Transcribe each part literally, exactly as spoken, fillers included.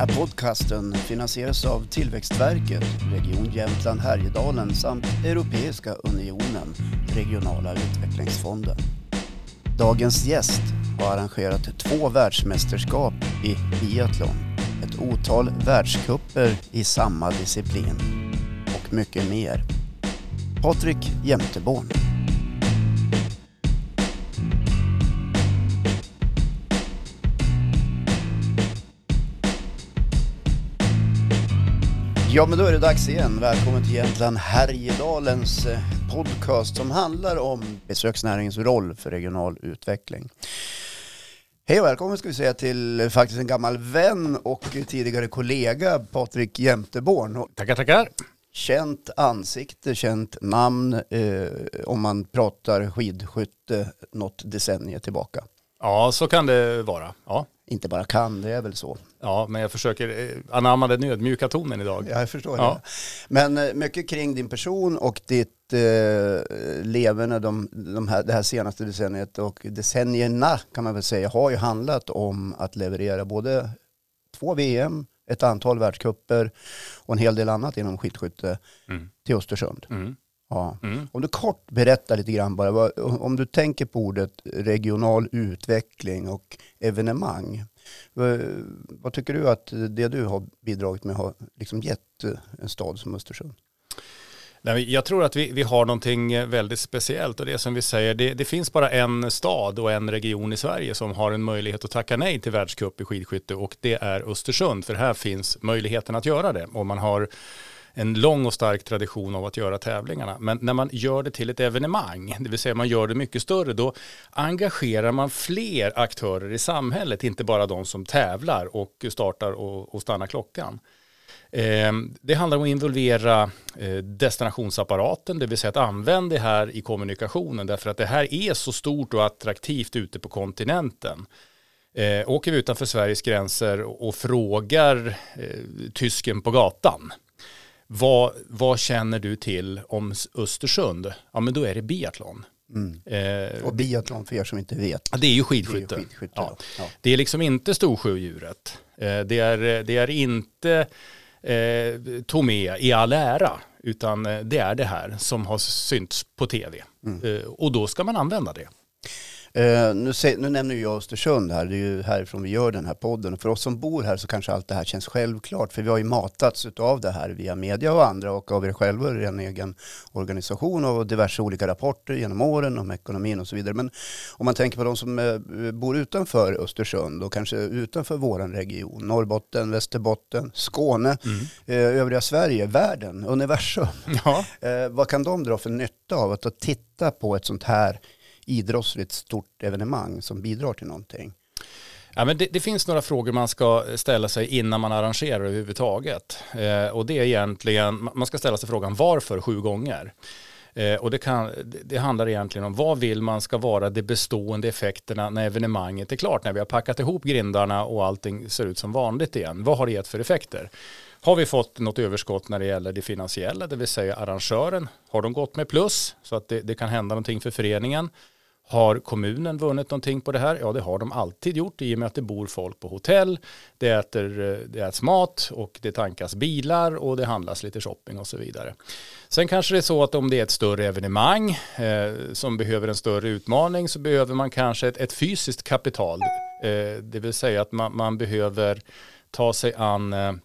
här podcasten finansieras av Tillväxtverket, Region Jämtland Härjedalen samt Europeiska unionen, Regionala utvecklingsfonden. Dagens gäst har arrangerat två världsmästerskap i biathlon, ett otal världscuper i samma disciplin och mycket mer. Patrik Jämteborn. Ja, men då är det dags igen. Välkommen till Jämtland Härjedalens podcast som handlar om besöksnäringens roll för regional utveckling. Hej och välkommen ska vi säga till faktiskt en gammal vän och tidigare kollega, Patrik Jämteborn. Tackar, tackar. Känt ansikte, känt namn eh, om man pratar skidskytte något decennier tillbaka. Ja, så kan det vara. Ja. Inte bara kan, det är väl så. Ja, men jag försöker anamma den ödmjuka tonen idag. Ja, jag förstår ja. det. Men mycket kring din person och ditt eh, leverne de, de här, det här senaste decenniet och decennierna kan man väl säga har ju handlat om att leverera både två V M, ett antal världscuper och en hel del annat inom skidskytte mm. till Östersund. Mm. Ja. Mm. Om du kort berättar lite grann bara, vad, om du tänker på ordet regional utveckling och evenemang, vad, vad tycker du att det du har bidragit med har liksom gett en stad som Östersund? Nej, jag tror att vi, vi har någonting väldigt speciellt och det som vi säger, det, det finns bara en stad och en region i Sverige som har en möjlighet att tacka nej till världscup i skidskytte och det är Östersund, för här finns möjligheten att göra det och man har en lång och stark tradition av att göra tävlingarna. Men när man gör det till ett evenemang, det vill säga man gör det mycket större, då engagerar man fler aktörer i samhället, inte bara de som tävlar och startar och, och stannar klockan. Eh, det handlar om att involvera eh, destinationsapparaten, det vill säga att använda det här i kommunikationen, därför att det här är så stort och attraktivt ute på kontinenten. Eh, åker vi utanför Sveriges gränser och, och frågar eh, tysken på gatan, Vad, vad känner du till om Östersund? Ja, men då är det biathlon. Mm. Eh, och biathlon för er som inte vet. Det är ju skidskytte. Det är, skidskytte, ja. Ja. Det är liksom inte storsjödjuret. Eh, det, är, det är inte eh, Tomé i all ära, utan det är det här som har synts på tv. Mm. Eh, och då ska man använda det. Uh, nu, se, nu nämner jag Östersund här, det är ju härifrån vi gör den här podden. Och för oss som bor här så kanske allt det här känns självklart. För vi har ju matats av det här via media och andra och av er själva, en egen organisation och diverse olika rapporter genom åren om ekonomin och så vidare. Men om man tänker på de som uh, bor utanför Östersund och kanske utanför våran region, Norrbotten, Västerbotten, Skåne, mm. uh, övriga Sverige, världen, universum. Ja. Uh, vad kan de dra för nytta av att titta på ett sånt här idrottsligt stort evenemang som bidrar till någonting? Ja, men det, det finns några frågor man ska ställa sig innan man arrangerar överhuvudtaget. Eh, och det är egentligen, man ska ställa sig frågan varför sju gånger. Eh, och det, kan, det handlar egentligen om vad vill man ska vara de bestående effekterna när evenemanget är klart, när vi har packat ihop grindarna och allting ser ut som vanligt igen. Vad har det gett för effekter? Har vi fått något överskott när det gäller det finansiella, det vill säga arrangören? Har de gått med plus så att det, det kan hända någonting för föreningen? Har kommunen vunnit någonting på det här? Ja, det har de alltid gjort i och med att det bor folk på hotell, det, äter, det äts mat och det tankas bilar och det handlas lite shopping och så vidare. Sen kanske det är så att om det är ett större evenemang eh, som behöver en större utmaning så behöver man kanske ett, ett fysiskt kapital. Eh, det vill säga att man, man behöver ta sig an eh,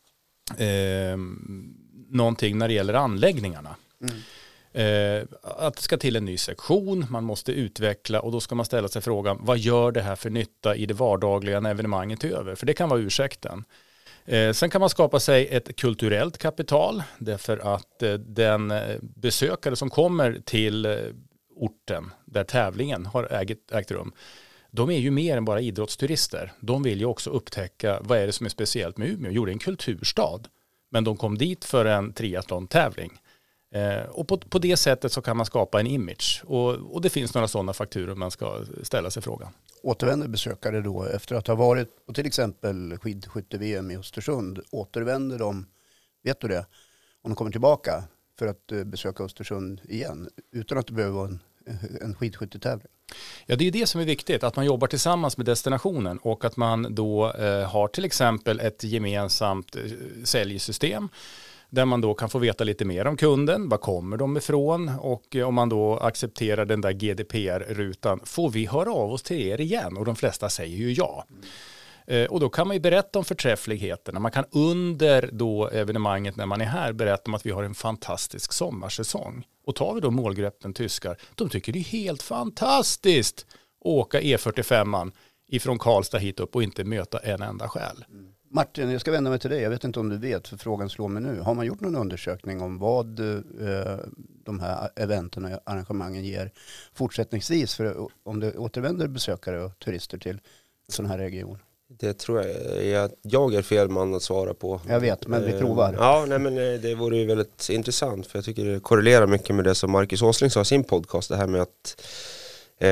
eh, någonting när det gäller anläggningarna. Mm. Eh, att det ska till en ny sektion, man måste utveckla och då ska man ställa sig frågan, vad gör det här för nytta i det vardagliga när evenemanget är över? För det kan vara ursäkten. Eh, sen kan man skapa sig ett kulturellt kapital därför att eh, den besökare som kommer till eh, orten där tävlingen har ägt, ägt rum, de är ju mer än bara idrottsturister. De vill ju också upptäcka vad är det som är speciellt med Umeå. Jo, det är en kulturstad, men de kom dit för en triathlon-tävling. Eh, och på, på det sättet så kan man skapa en image. Och, och det finns några sådana faktorer man ska ställa sig frågan. Återvänder besökare då efter att ha varit på till exempel skidskytte-V M i Östersund, återvänder de, vet du det, om de kommer tillbaka för att besöka Östersund igen utan att det behöver vara en, en skidskyttetävling? Ja, det är det som är viktigt, att man jobbar tillsammans med destinationen och att man då eh, har till exempel ett gemensamt eh, säljsystem där man då kan få veta lite mer om kunden, var kommer de ifrån, och eh, om man då accepterar den där G D P R-rutan, får vi höra av oss till er igen? Och de flesta säger ju ja. Mm. Eh, och då kan man ju berätta om förträffligheterna. Man kan under då evenemanget när man är här berätta om att vi har en fantastisk sommarsäsong. Och tar vi då målgruppen tyskar, de tycker det är helt fantastiskt att åka E fyrtiofem ifrån Karlstad hit upp och inte möta en enda själ. Mm. Martin, jag ska vända mig till dig. Jag vet inte om du vet, för frågan slår mig nu. Har man gjort någon undersökning om vad eh, de här eventen och arrangemangen ger fortsättningsvis, för om det återvänder besökare och turister till en sån här region? Det tror jag, jag, jag är fel man att svara på. Jag vet, men vi provar. Ja, nej, men det vore ju väldigt intressant, för jag tycker det korrelerar mycket med det som Marcus Åsling sa i sin podcast, det här med att eh,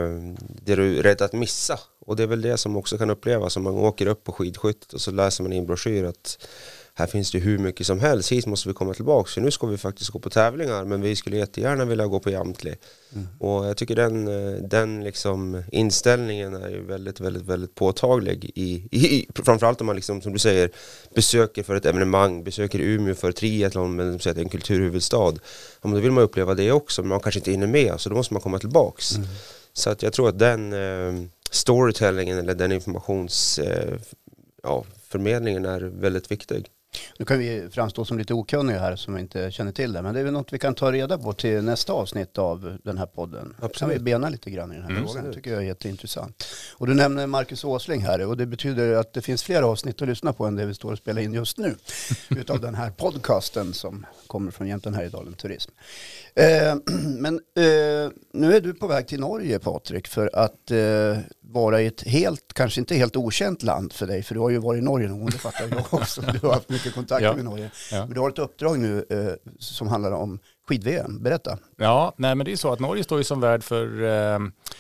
det du är rädd att missa. Och det är väl det som också kan upplevas om man åker upp på skidskyttet och så läser man i en broschyr att här finns det hur mycket som helst, hit måste vi komma tillbaka, så nu ska vi faktiskt gå på tävlingar, men vi skulle jättegärna vilja gå på Jamtli. Mm. Och jag tycker den, den liksom inställningen är ju väldigt, väldigt, väldigt påtaglig i, i framförallt om man liksom, som du säger, besöker för ett evenemang, besöker Umeå för triathlon, men de säger att det är en kulturhuvudstad. Ja, men då vill man uppleva det också, men man kanske inte hinner med, så då måste man komma tillbaks. Mm. Så att jag tror att den eh, storytellingen eller den informations eh, ja, förmedlingen är väldigt viktig. Nu kan vi framstå som lite okunniga här som inte känner till det, men det är väl något vi kan ta reda på till nästa avsnitt av den här podden. Absolut. Kan vi bena lite grann i den här mm. frågan, det tycker jag är jätteintressant. Och du nämner Marcus Åsling här, och det betyder att det finns flera avsnitt att lyssna på än det vi står och spelar in just nu utav den här podcasten som kommer från Jämtland Härjedalen Turism. Eh, men eh, nu är du på väg till Norge, Patrik, för att eh, vara i ett helt, kanske inte helt okänt land för dig, för du har ju varit i Norge någon, det fattar jag också. Du har haft mycket kontakt ja. med Norge. Ja. Men du har ett uppdrag nu eh, som handlar om skid-V M. Berätta. Ja, nej, men det är så att Norge står ju som värd för eh,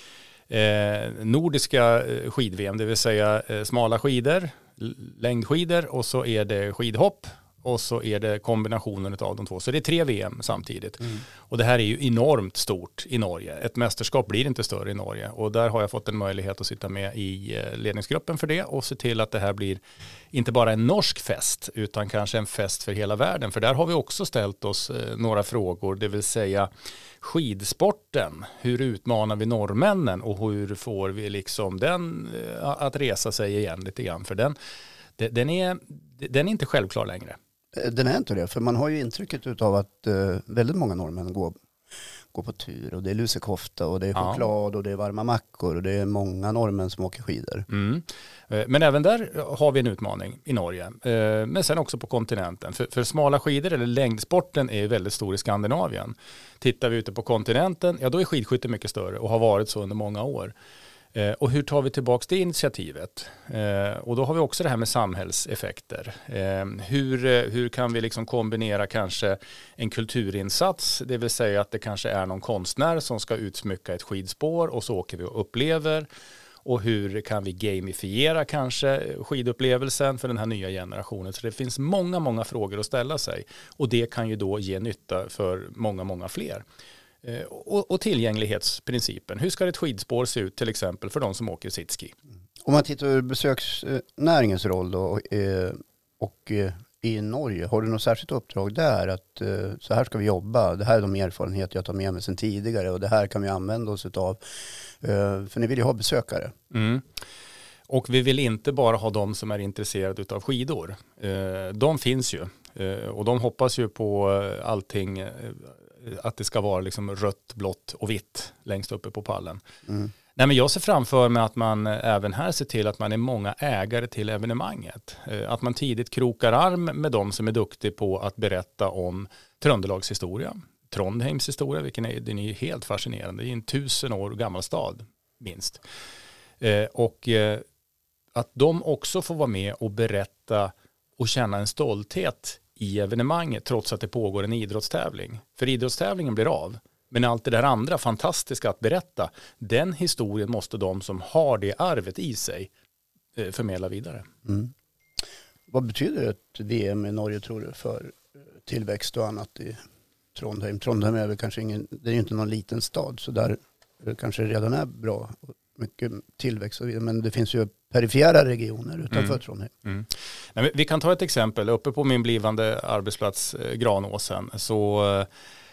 eh, nordiska skid-V M, det vill säga eh, smala skidor, längdskidor, och så är det skidhopp. Och så är det kombinationen av de två. Så det är tre V M samtidigt. Mm. Och det här är ju enormt stort i Norge. Ett mästerskap blir inte större i Norge. Och där har jag fått en möjlighet att sitta med i ledningsgruppen för det. Och se till att det här blir inte bara en norsk fest, utan kanske en fest för hela världen. För där har vi också ställt oss några frågor. Det vill säga skidsporten. Hur utmanar vi norrmännen? Och hur får vi liksom den att resa sig igen lite grann? För den, den, är, den är inte självklar längre. Den är inte det, för man har ju intrycket av att uh, väldigt många norrmän går, går på tur, och det är lusekofta och det är choklad ja. och det är varma mackor, och det är många norrmän som åker skidor. Mm. Men även där har vi en utmaning i Norge, men sen också på kontinenten. För, för smala skidor eller längdsporten är väldigt stor i Skandinavien. Tittar vi ute på kontinenten, ja då är skidskytte mycket större och har varit så under många år. Eh, och hur tar vi tillbaka det initiativet? Eh, och då har vi också det här med samhällseffekter. Eh, hur, hur kan vi liksom kombinera kanske en kulturinsats, det vill säga att det kanske är någon konstnär som ska utsmycka ett skidspår, och så åker vi och upplever. Och hur kan vi gamifiera kanske skidupplevelsen för den här nya generationen? Så det finns många, många frågor att ställa sig. Och det kan ju då ge nytta för många, många fler. Och, och tillgänglighetsprincipen. Hur ska ett skidspår se ut till exempel för de som åker sitski? Om man tittar på besöksnäringens roll då, och i Norge, har du något särskilt uppdrag där att så här ska vi jobba, det här är de erfarenheter jag tar med mig sedan tidigare och det här kan vi använda oss av, för ni vill ju ha besökare. Mm. Och vi vill inte bara ha de som är intresserade av skidor. De finns ju och de hoppas ju på allting, att det ska vara liksom rött, blått och vitt längst uppe på pallen. Mm. Nej, men jag ser framför mig att man även här ser till att man är många ägare till evenemanget. Att man tidigt krokar arm med de som är duktiga på att berätta om Tröndelags historia, Trondheims historia, vilken är, den är helt fascinerande. Det är en tusen år gammal stad, minst. Och att de också får vara med och berätta och känna en stolthet i evenemanget trots att det pågår en idrottstävling. För idrottstävlingen blir av. Men allt det där andra fantastiska att berätta, den historien måste de som har det arvet i sig förmedla vidare. Mm. Vad betyder ett V M i Norge, tror du, för tillväxt och annat i Trondheim? Trondheim är väl kanske ingen, det är ju inte någon liten stad, så där det kanske redan är bra, mycket tillväxt och vidare, men det finns ju perifera regioner utanför mm. Trondheim. Mm. Nej, vi kan ta ett exempel. Uppe på min blivande arbetsplats eh, Granåsen så eh,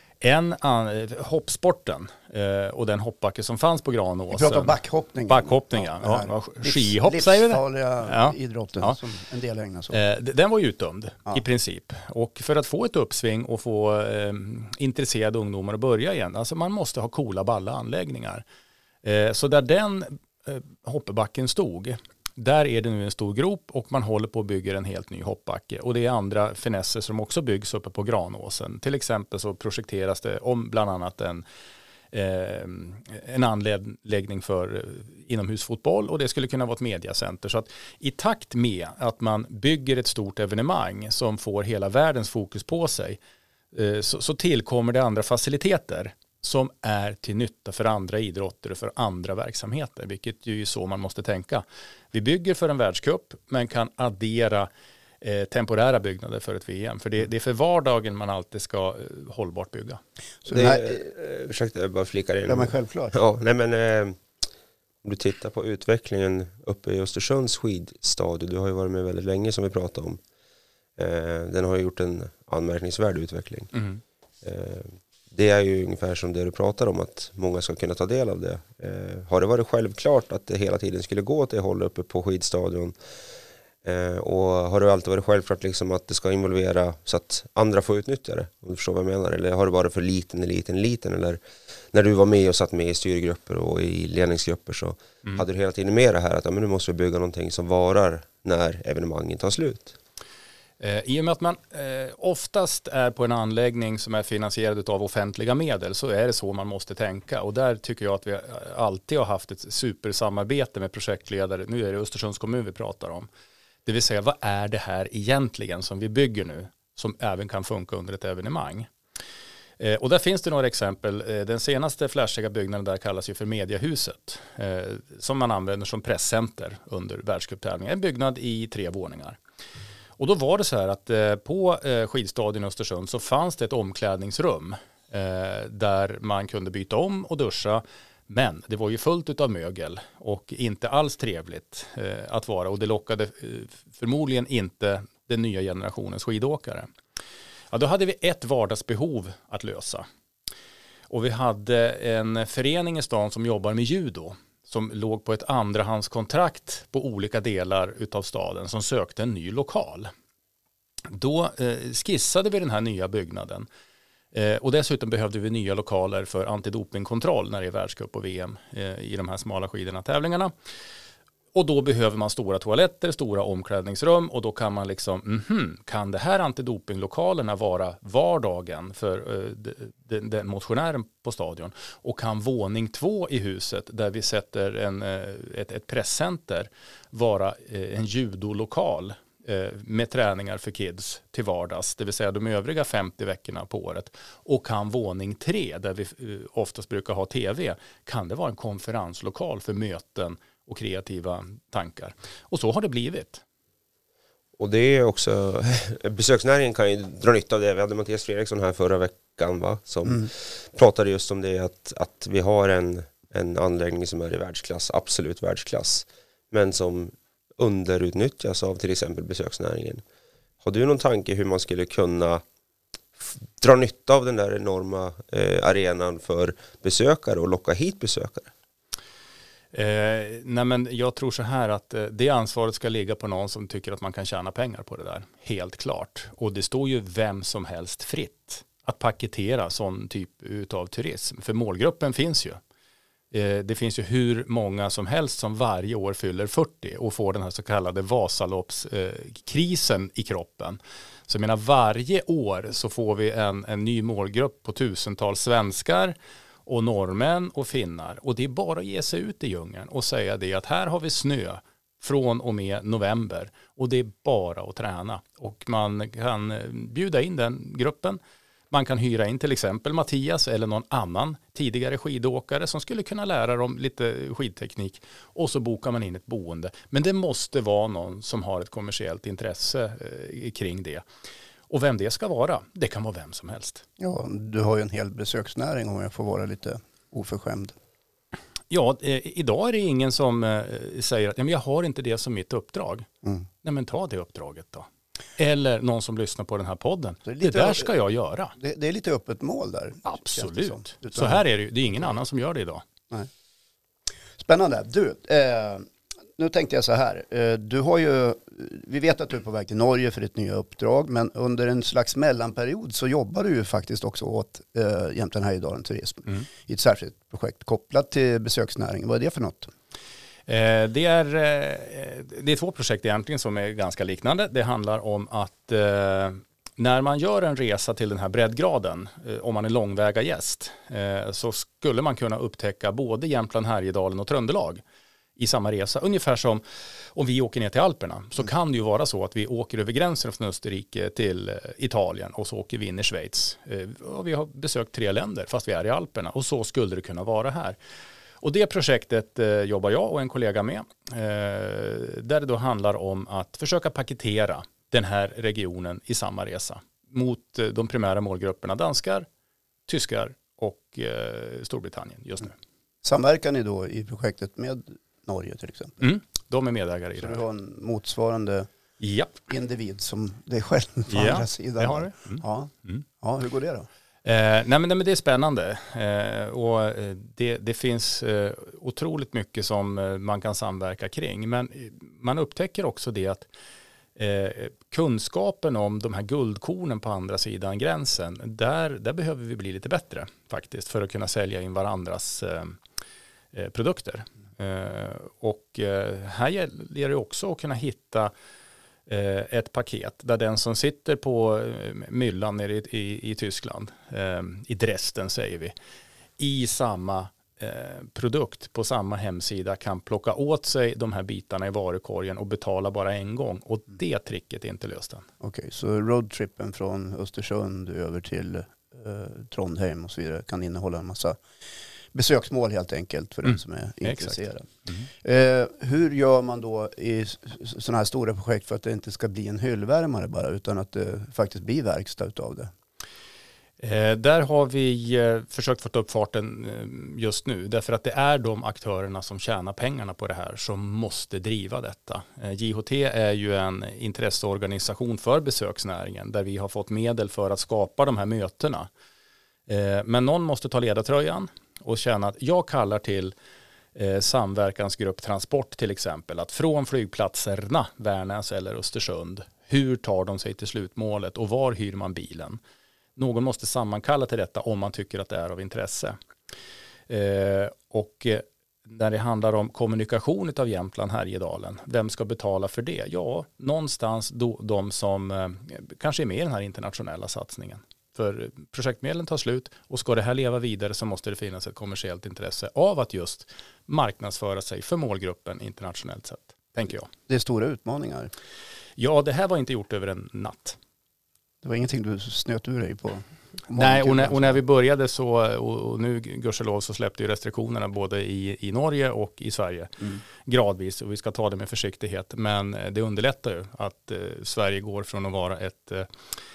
en an, hoppsporten eh, och den hoppbacke som fanns på Granåsen. Vi pratar om backhoppningen. Backhoppningen, ja. ja. Livs, Skihopp säger vi det. Livsfarliga ja. idrotten ja. som en del ägnar sig åt. Eh, den var ju utdömd ja. i princip. Och för att få ett uppsving och få eh, intresserade ungdomar att börja igen, alltså man måste ha coola balla anläggningar. Eh, så där den eh, hoppbacken stod, där är det nu en stor grop och man håller på att bygga en helt ny hoppbacke. Och det är andra finesser som också byggs uppe på Granåsen. Till exempel så projekteras det om bland annat en, eh, en anläggning för eh, inomhusfotboll och det skulle kunna vara ett mediacenter. Så att i takt med att man bygger ett stort evenemang som får hela världens fokus på sig eh, så, så tillkommer det andra faciliteter som är till nytta för andra idrotter och för andra verksamheter, vilket ju är så man måste tänka. Vi bygger för en världscup men kan addera eh, temporära byggnader för ett V M. För det, det är för vardagen man alltid ska eh, hållbart bygga. Så det är, eh, ursäkta, jag bara flikar in. Ja, men självklart. Ja, nej men eh, om du tittar på utvecklingen uppe i Östersunds skidstadion, du har ju varit med väldigt länge som vi pratade om. Eh, den har ju gjort en anmärkningsvärd utveckling. Mm. Eh, Det är ju ungefär som det du pratar om, att många ska kunna ta del av det. Eh, har det varit självklart att det hela tiden skulle gå åt det hållet uppe på skidstadion? Eh, och har det alltid varit självklart liksom att det ska involvera så att andra får utnyttja det? Om du förstår vad jag menar. Eller har det varit för liten, liten, liten? Eller när du var med och satt med i styrgrupper och i ledningsgrupper så mm. hade du hela tiden med det här att ja, men nu måste vi bygga någonting som varar när evenemangen tar slut. I och med att man eh, oftast är på en anläggning som är finansierad av offentliga medel så är det så man måste tänka. Och där tycker jag att vi alltid har haft ett supersamarbete med projektledare. Nu är det Östersunds kommun vi pratar om. Det vill säga, vad är det här egentligen som vi bygger nu som även kan funka under ett evenemang? Eh, och där finns det några exempel. Eh, den senaste flashiga byggnaden där kallas ju för Mediahuset eh, som man använder som presscenter under världscuptävlingar. En byggnad i tre våningar. Och då var det så här att eh, på eh, skidstadion i Östersund så fanns det ett omklädningsrum eh, där man kunde byta om och duscha. Men det var ju fullt av mögel och inte alls trevligt eh, att vara. Och det lockade eh, förmodligen inte den nya generationens skidåkare. Ja, då hade vi ett vardagsbehov att lösa. Och vi hade en förening i stan som jobbar med judo. Som låg på ett andrahandskontrakt på olika delar utav staden som sökte en ny lokal. Då eh, skissade vi den här nya byggnaden. Eh, och dessutom behövde vi nya lokaler för antidopingkontroll när det är världscup och V M eh, i de här smala skidorna tävlingarna. Och då behöver man stora toaletter, stora omklädningsrum och då kan man liksom, mm-hmm, kan det här antidopinglokalerna vara vardagen för uh, den, den motionären på stadion? Och kan våning två i huset där vi sätter en, uh, ett, ett presscenter vara uh, en judolokal uh, med träningar för kids till vardags, det vill säga de övriga femtio veckorna på året. Och kan våning tre, där vi uh, oftast brukar ha tv, kan det vara en konferenslokal för möten och kreativa tankar. Och så har det blivit. Och det är också, besöksnäringen kan ju dra nytta av det. Vi hade Mattias Fredriksson här förra veckan va? Som mm. pratade just om det att, att vi har en, en anläggning som är i världsklass, absolut världsklass. Men som underutnyttjas av till exempel besöksnäringen. Har du någon tanke hur man skulle kunna f- dra nytta av den där enorma eh, arenan för besökare och locka hit besökare? Eh, nej men jag tror så här att eh, det ansvaret ska ligga på någon som tycker att man kan tjäna pengar på det där. Helt klart. Och det står ju vem som helst fritt att paketera sån typ av turism. För målgruppen finns ju. Eh, det finns ju hur många som helst som varje år fyller fyrtio och får den här så kallade Vasaloppskrisen eh, i kroppen. Så jag menar varje år så får vi en, en ny målgrupp på tusentals svenskar och norrmän och finnar. Och det är bara att ge sig ut i djungeln och säga det att här har vi snö från och med november. Och det är bara att träna. Och man kan bjuda in den gruppen. Man kan hyra in till exempel Mattias eller någon annan tidigare skidåkare som skulle kunna lära dem lite skidteknik. Och så bokar man in ett boende. Men det måste vara någon som har ett kommersiellt intresse eh, kring det. Och vem det ska vara, det kan vara vem som helst. Ja, du har ju en hel besöksnäring om jag får vara lite oförskämd. Ja, eh, idag är det ingen som eh, säger att ja, men jag har inte det som mitt uppdrag. Mm. Nej, men ta det uppdraget då. Eller någon som lyssnar på den här podden. Det, det där ska jag göra. Det, det är lite öppet mål där. Absolut. Utan... Så här är det ju. Det är ingen annan som gör det idag. Nej. Spännande. Du, eh, nu tänkte jag så här. Eh, du har ju, vi vet att du är på väg till Norge för ditt nya uppdrag. Men under en slags mellanperiod så jobbar du ju faktiskt också åt eh, Jämtland Härjedalen Turism. Mm. I ett särskilt projekt kopplat till besöksnäringen. Vad är det för något? Det är, det är två projekt egentligen som är ganska liknande. Det handlar om att eh, när man gör en resa till den här breddgraden, eh, om man är långväga gäst, eh, så skulle man kunna upptäcka både Jämtland, Härjedalen och Tröndelag i samma resa. Ungefär som om vi åker ner till Alperna så mm. kan det ju vara så att vi åker över gränsen från Österrike till Italien och så åker vi in i Schweiz. Eh, och vi har besökt tre länder fast vi är i Alperna och så skulle det kunna vara här. Och det projektet eh, jobbar jag och en kollega med, eh, där det då handlar om att försöka paketera den här regionen i samma resa mot eh, de primära målgrupperna danskar, tyskar och eh, Storbritannien just nu. Samverkar ni då i projektet med Norge till exempel? Mm, de är medägare i så det här. Så du har en motsvarande Japp. individ som dig själv på ja, andra sidan? det har det. Mm. Ja. Mm. Ja, hur går det då? Eh, nej, men, nej men det är spännande eh, och eh, det, det finns eh, otroligt mycket som eh, man kan samverka kring, men man upptäcker också det att eh, kunskapen om de här guldkornen på andra sidan gränsen, där, där behöver vi bli lite bättre faktiskt för att kunna sälja in varandras eh, eh, produkter. Eh, och eh, här gäller det också att kunna hitta ett paket där den som sitter på myllan nere i, i, i Tyskland, eh, i Dresden säger vi, i samma eh, produkt på samma hemsida kan plocka åt sig de här bitarna i varukorgen och betala bara en gång. Och det tricket är inte löst än. Okej, okay, så roadtrippen från Östersund över till eh, Trondheim och så vidare kan innehålla en massa besöksmål helt enkelt för mm. den som är intresserad. Mm. Eh, hur gör man då i sådana här stora projekt för att det inte ska bli en hyllvärmare bara utan att det faktiskt blir verkstad utav det? Eh, där har vi eh, försökt få upp farten eh, just nu därför att det är de aktörerna som tjänar pengarna på det här som måste driva detta. Eh, J H T är ju en intresseorganisation för besöksnäringen där vi har fått medel för att skapa de här mötena. Eh, men någon måste ta ledartröjan och känna att jag kallar till eh, samverkansgrupp transport till exempel. Att från flygplatserna, Värnäs eller Östersund, hur tar de sig till slutmålet och var hyr man bilen? Någon måste sammankalla till detta om man tycker att det är av intresse. Eh, och eh, när det handlar om kommunikation av Jämtland Härjedalen, vem ska betala för det? Ja, någonstans då, de som eh, kanske är med i den här internationella satsningen. För projektmedlen tar slut och ska det här leva vidare så måste det finnas ett kommersiellt intresse av att just marknadsföra sig för målgruppen internationellt sett, tänker jag. Det är stora utmaningar. Ja, det här var inte gjort över en natt. Det var ingenting du snöt ur dig på? Nej, och när, och när vi började så, och, och nu gudskelov så släppte ju restriktionerna både i, i Norge och i Sverige mm. gradvis och vi ska ta det med försiktighet. Men det underlättar ju att eh, Sverige går från att vara ett eh,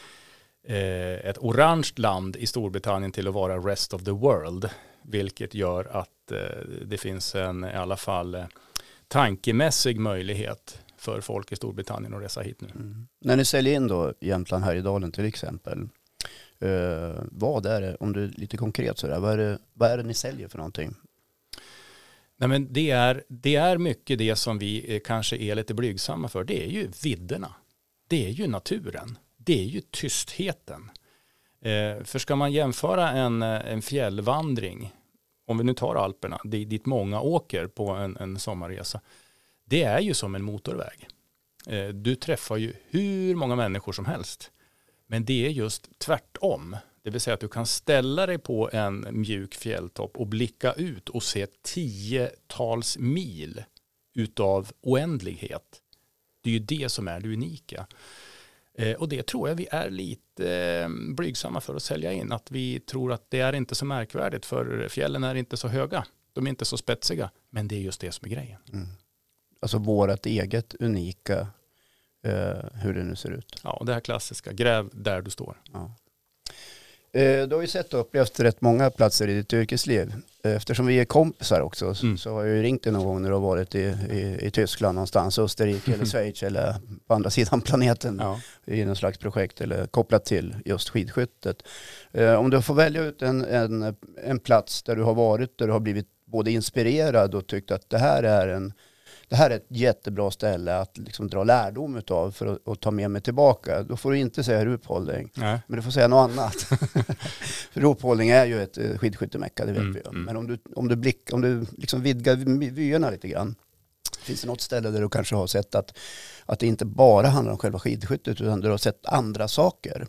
ett orange land i Storbritannien till att vara rest of the world, vilket gör att det finns en i alla fall tankemässig möjlighet för folk i Storbritannien att resa hit nu. Mm. När ni säljer in då Jämtland Härjedalen till exempel, eh, vad är det, om du är lite konkret sådär, vad är det, vad är det ni säljer för någonting? Nej, men det är, det är mycket det som vi kanske är lite blygsamma för. Det är ju vidderna. Det är ju naturen. Det är ju tystheten. Eh, för ska man jämföra en, en fjällvandring, om vi nu tar Alperna, dit många åker på en, en sommarresa, det är ju som en motorväg. Eh, du träffar ju hur många människor som helst. Men det är just tvärtom. Det vill säga att du kan ställa dig på en mjuk fjälltopp och blicka ut och se tiotals mil utav oändlighet. Det är ju det som är det unika. Eh, och det tror jag vi är lite eh, blygsamma för att sälja in. Att vi tror att det är inte så märkvärdigt för fjällen är inte så höga. De är inte så spetsiga. Men det är just det som är grejen. Mm. Alltså vårat eget unika eh, hur det nu ser ut. Ja, det här klassiska. Gräv där du står. Ja. Eh, du har ju sett och upplevt rätt många platser i ditt yrkesliv. Eftersom vi är kompisar också Mm. så har jag ju ringt dig någon gång när du har varit i, i, i Tyskland någonstans, Österrike eller Schweiz eller på andra sidan planeten Ja. i någon slags projekt eller kopplat till just skidskyttet. Eh, om du får välja ut en, en, en plats där du har varit, där du har blivit både inspirerad och tyckt att det här är en Det här är ett jättebra ställe att liksom dra lärdom utav för att, att ta med mig tillbaka. Då får du inte säga Ruhpolding, Nej. men du får säga något annat. För Ruhpolding är ju ett skidskyttemecka, det vet Mm, vi ju. mm. Men om du, om du, blick, om du liksom vidgar vyerna lite grann, finns det något ställe där du kanske har sett att, att det inte bara handlar om själva skidskyttet utan du har sett andra saker?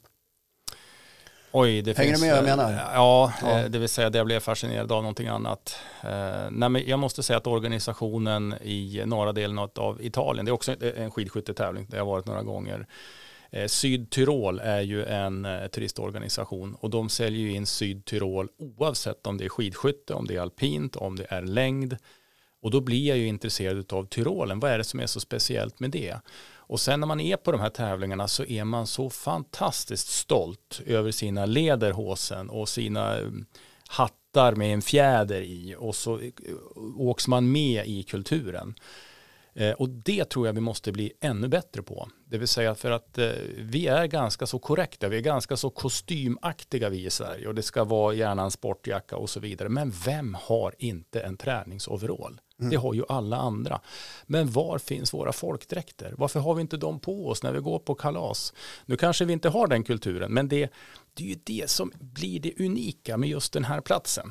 Oj, det Hänger finns, du med vad jag menar? Ja, Ja. det vill säga att jag blev fascinerad av någonting annat. Eh, nej, men jag måste säga att organisationen i norra delen av Italien, det är också en skidskyttetävling där jag har varit några gånger. Eh, Sydtyrol är ju en eh, turistorganisation och de säljer ju in Sydtyrol oavsett om det är skidskytte, om det är alpint, om det är längd. Och då blir jag ju intresserad av Tyrolen. Vad är det som är så speciellt med det? Och sen när man är på de här tävlingarna så är man så fantastiskt stolt över sina lederhosen och sina hattar med en fjäder i. Och så åks man med i kulturen. Och det tror jag vi måste bli ännu bättre på. Det vill säga för att vi är ganska så korrekta. Vi är ganska så kostymaktiga vi i Sverige. Och det ska vara gärna en sportjacka och så vidare. Men vem har inte en träningsoverall? Mm. Det har ju alla andra. Men var finns våra folkdräkter? Varför har vi inte dem på oss när vi går på kalas? Nu kanske vi inte har den kulturen. Men det, det är ju det som blir det unika med just den här platsen.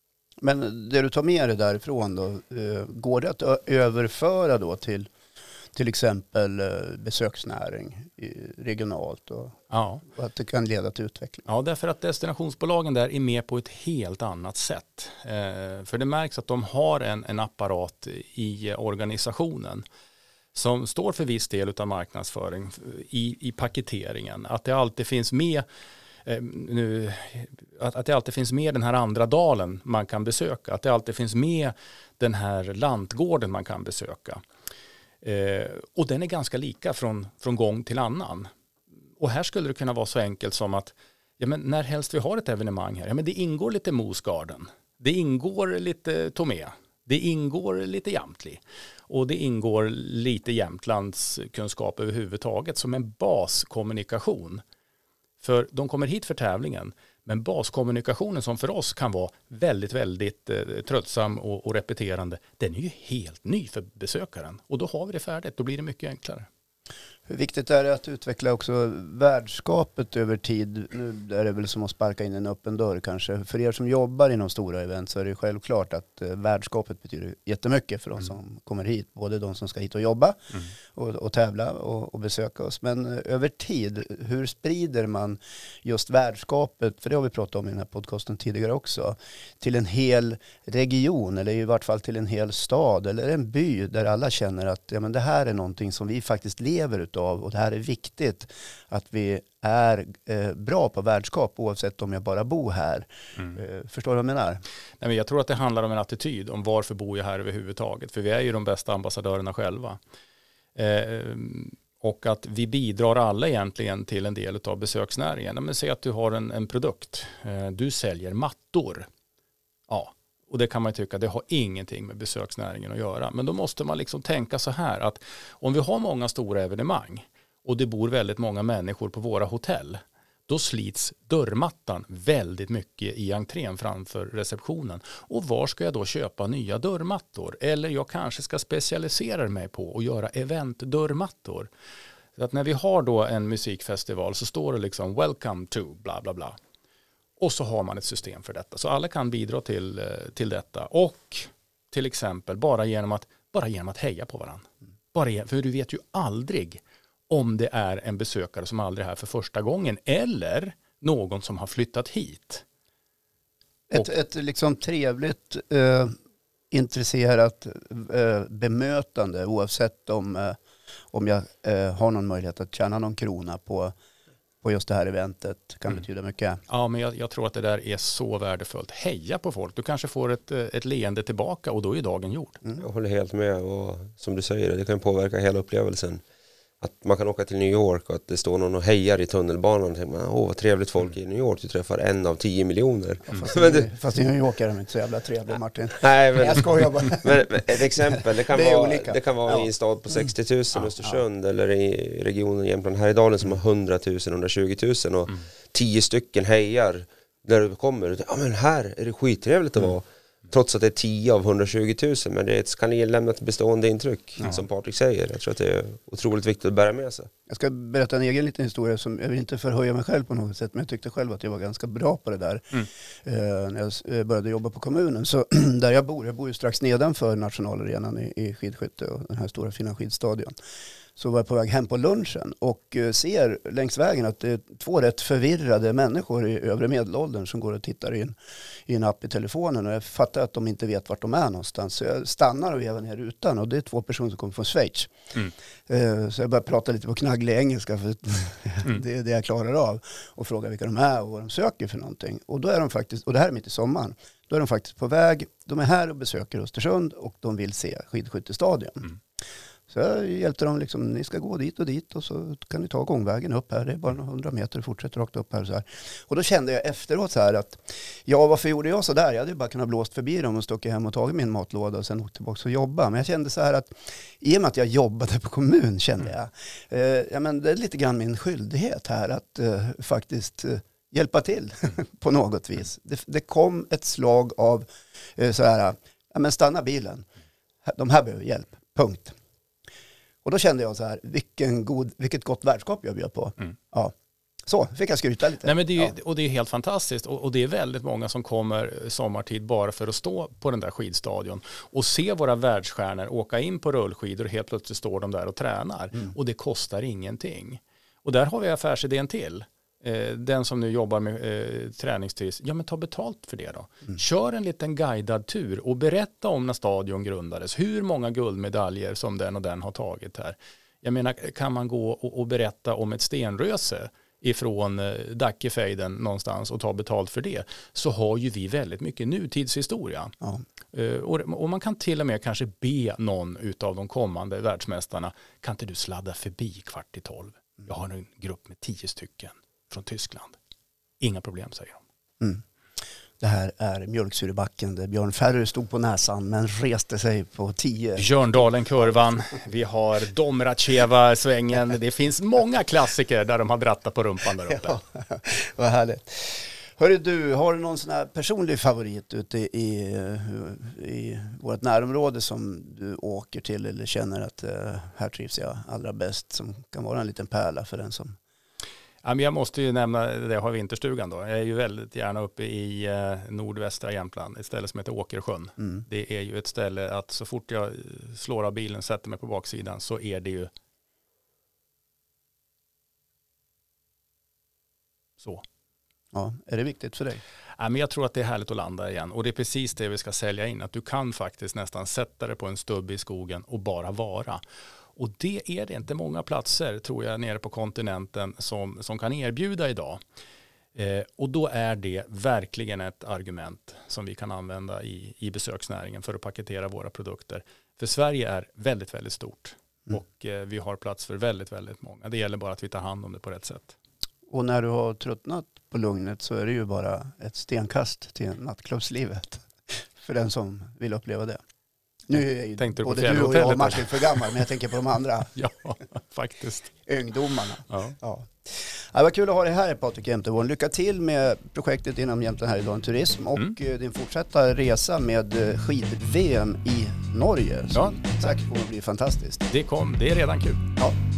Men det du tar med dig därifrån då, går det att överföra då till till exempel besöksnäring regionalt och, ja. och att det kan leda till utveckling? Ja, därför att destinationsbolagen där är med på ett helt annat sätt. Eh, för det märks att de har en, en apparat i organisationen som står för viss del av marknadsföring i, i paketeringen. Att det alltid finns med Nu, att, att det alltid finns med den här andra dalen man kan besöka. Att det alltid finns med den här lantgården man kan besöka. Eh, och den är ganska lika från, från gång till annan. Och här skulle det kunna vara så enkelt som att ja, men när helst vi har ett evenemang här, ja, men det ingår lite Mosgarden. Det ingår lite Tomé. Det ingår lite Jamtli. Och det ingår lite Jämtlands kunskap överhuvudtaget som en baskommunikation. För de kommer hit för tävlingen, men baskommunikationen som för oss kan vara väldigt, väldigt eh, tröttsam och, och repeterande, den är ju helt ny för besökaren. Och då har vi det färdigt, då blir det mycket enklare. Hur viktigt är det att utveckla också värdskapet över tid? Nu är det väl som att sparka in en öppen dörr kanske. För er som jobbar inom stora event så är det självklart att eh, värdskapet betyder jättemycket för de Mm. som kommer hit. Både de som ska hit och jobba Mm. och, och tävla och, och besöka oss. Men eh, över tid, hur sprider man just värdskapet, för det har vi pratat om i den här podcasten tidigare också, till en hel region eller i vart fall till en hel stad eller en by där alla känner att ja, men det här är någonting som vi faktiskt lever utav och det här är viktigt att vi är eh, bra på värdskap oavsett om jag bara bor här. Mm. Eh, förstår du vad jag menar? Nej, men jag tror att det handlar om en attityd om varför bor jag här överhuvudtaget. För vi är ju de bästa ambassadörerna själva. Eh, och att vi bidrar alla egentligen till en del av besöksnäringen. Men säg att du har en, en produkt. Eh, du säljer mattor. Ja. Och det kan man ju tycka, det har ingenting med besöksnäringen att göra. Men då måste man liksom tänka så här att om vi har många stora evenemang och det bor väldigt många människor på våra hotell, då slits dörrmattan väldigt mycket i entrén framför receptionen. Och var ska jag då köpa nya dörrmattor? Eller jag kanske ska specialisera mig på att göra eventdörrmattor. Så att när vi har då en musikfestival så står det liksom welcome to bla bla bla. Och så har man ett system för detta. Så alla kan bidra till, till detta. Och till exempel bara genom att, bara genom att heja på varandra. Bara genom, för du vet ju aldrig om det är en besökare som aldrig är här för första gången. Eller någon som har flyttat hit. Ett, ett liksom trevligt, eh, intresserat eh, bemötande oavsett om, eh, om jag eh, har någon möjlighet att tjäna någon krona på på just det här eventet kan mm. betyda mycket. Ja, men jag, jag tror att det där är så värdefullt. Heja på folk. Du kanske får ett, ett leende tillbaka och då är dagen gjord. Mm. Jag håller helt med och som du säger, det kan påverka hela upplevelsen. att man kan åka till New York och att det står någon och hejar i tunnelbanan och tänker man, åh vad trevligt folk i New York, du träffar en av tio miljoner. Ja, fast, men det, fast i New York är de inte så jävla trevliga, Martin. Nej, men, jag skojar bara. Men, men ett exempel, det kan det vara, olika. det kan vara ja. i en stad på sextio tusen, mm. Östersund, ja. Eller i regionen Jämtland-Härjedalen som har hundra tusen, hundratjugo tusen och mm. tio stycken hejar där du kommer. Ja, men här är det skittrevligt att mm. vara. Trots att det är tio av hundratjugo tusen, men det kan lämna ett bestående intryck, ja. Som Patrik säger. Jag tror att det är otroligt viktigt att bära med sig. Jag ska berätta en egen liten historia som jag vill inte förhöja mig själv på något sätt, men jag tyckte själv att jag var ganska bra på det där. Mm. Eh, när jag började jobba på kommunen. Så där jag bor, jag bor ju strax nedanför nationalarenan i, i skidskytte och den här stora fina skidstadion. Så var jag på väg hem på lunchen och ser längs vägen att det är två rätt förvirrade människor i övre medelåldern som går och tittar in i en app i telefonen, och jag fattar att de inte vet vart de är någonstans. Så jag stannar och vevar ner rutan, och det är två personer som kommer från Schweiz. Mm. Så jag börjar prata lite på knagglig engelska, för mm. det är det jag klarar av, och fråga vilka de är och vad de söker för någonting. Och då är de faktiskt, och det här är mitt i sommaren, då är de faktiskt på väg, de är här och besöker Östersund och de vill se skidskyttestadion. Mm. Så jag hjälpte dem liksom, ni ska gå dit och dit och så kan ni ta gångvägen upp här. Det är bara några hundra meter och fortsätter rakt upp här. Så här. Och då kände jag efteråt så här att, ja, varför gjorde jag så där? Jag hade ju bara kunnat blåst förbi dem och stuckit hem och tagit min matlåda och sen åkt tillbaka och jobba. Men jag kände så här att, i och med att jag jobbade på kommun kände jag, eh, ja, men det är lite grann min skyldighet här att eh, faktiskt eh, hjälpa till på något vis. Det, det kom ett slag av eh, så här, ja, men stanna bilen. De här behöver hjälp, punkt. Och då kände jag så här, vilken god, vilket gott värdskap jag bjöd på. Mm. Ja. Så fick jag skryta lite. Nej, men det är, ja. Och det är helt fantastiskt. Och, och det är väldigt många som kommer sommartid bara för att stå på den där skidstadion och se våra världsstjärnor åka in på rullskidor, och helt plötsligt står de där och tränar. Mm. Och det kostar ingenting. Och där har vi affärsidén till. Den som nu jobbar med eh, träningsturism, ja men ta betalt för det då. Mm. Kör en liten guidad tur och berätta om när stadion grundades. Hur många guldmedaljer som den och den har tagit här. Jag menar, kan man gå och, och berätta om ett stenröse ifrån eh, Dackefejden någonstans och ta betalt för det, så har ju vi väldigt mycket nutidshistoria. Ja. Eh, och, och man kan till och med kanske be någon utav de kommande världsmästarna, kan inte du sladda förbi kvart i tolv? Jag har en grupp med tio stycken från Tyskland. Inga problem, säger de. Mm. Det här är Mjölksyrebacken där Björn Ferry stod på näsan men reste sig på tio. Björndalen-kurvan. Vi har Domracheva-svängen. Det finns många klassiker där de har drattat på rumpan där uppe. Ja, vad härligt. Hörru du, har du någon sån här personlig favorit ute i, i vårt närområde som du åker till eller känner att uh, här trivs jag allra bäst, som kan vara en liten pärla för den som... Ja, men jag måste ju nämna det, har vinterstugan då. Jag är ju väldigt gärna uppe i eh, nordvästra Jämtland, ett ställe som heter Åkersjön. Mm. Det är ju ett ställe att så fort jag slår av bilen, sätter mig på baksidan, så är det ju så. Ja, är det viktigt för dig? Ja, men jag tror att det är härligt att landa igen. Och det är precis det vi ska sälja in. Att du kan faktiskt nästan sätta dig på en stubb i skogen och bara vara. Och det är det inte många platser, tror jag, nere på kontinenten som, som kan erbjuda idag. Eh, och då är det verkligen ett argument som vi kan använda i, i besöksnäringen för att paketera våra produkter. För Sverige är väldigt, väldigt stort. Mm. Och eh, vi har plats för väldigt, väldigt många. Det gäller bara att vi tar hand om det på rätt sätt. Och när du har tröttnat på lugnet så är det ju bara ett stenkast till nattklubbslivet. För den som vill uppleva det. Nu är ju Tänkte både du och jag och Martin för gammal, men jag tänker på de andra. Ja, faktiskt. Ungdomarna. Ja. Ja. Ja, vad kul att ha dig här, Patrik Jämtevård. Lycka till med projektet inom Jämtland Härjedalen Turism och mm. din fortsatta resa med skid-V M i Norge. Som ja. säkert kommer att bli fantastiskt. Det kom, det är redan kul. Ja.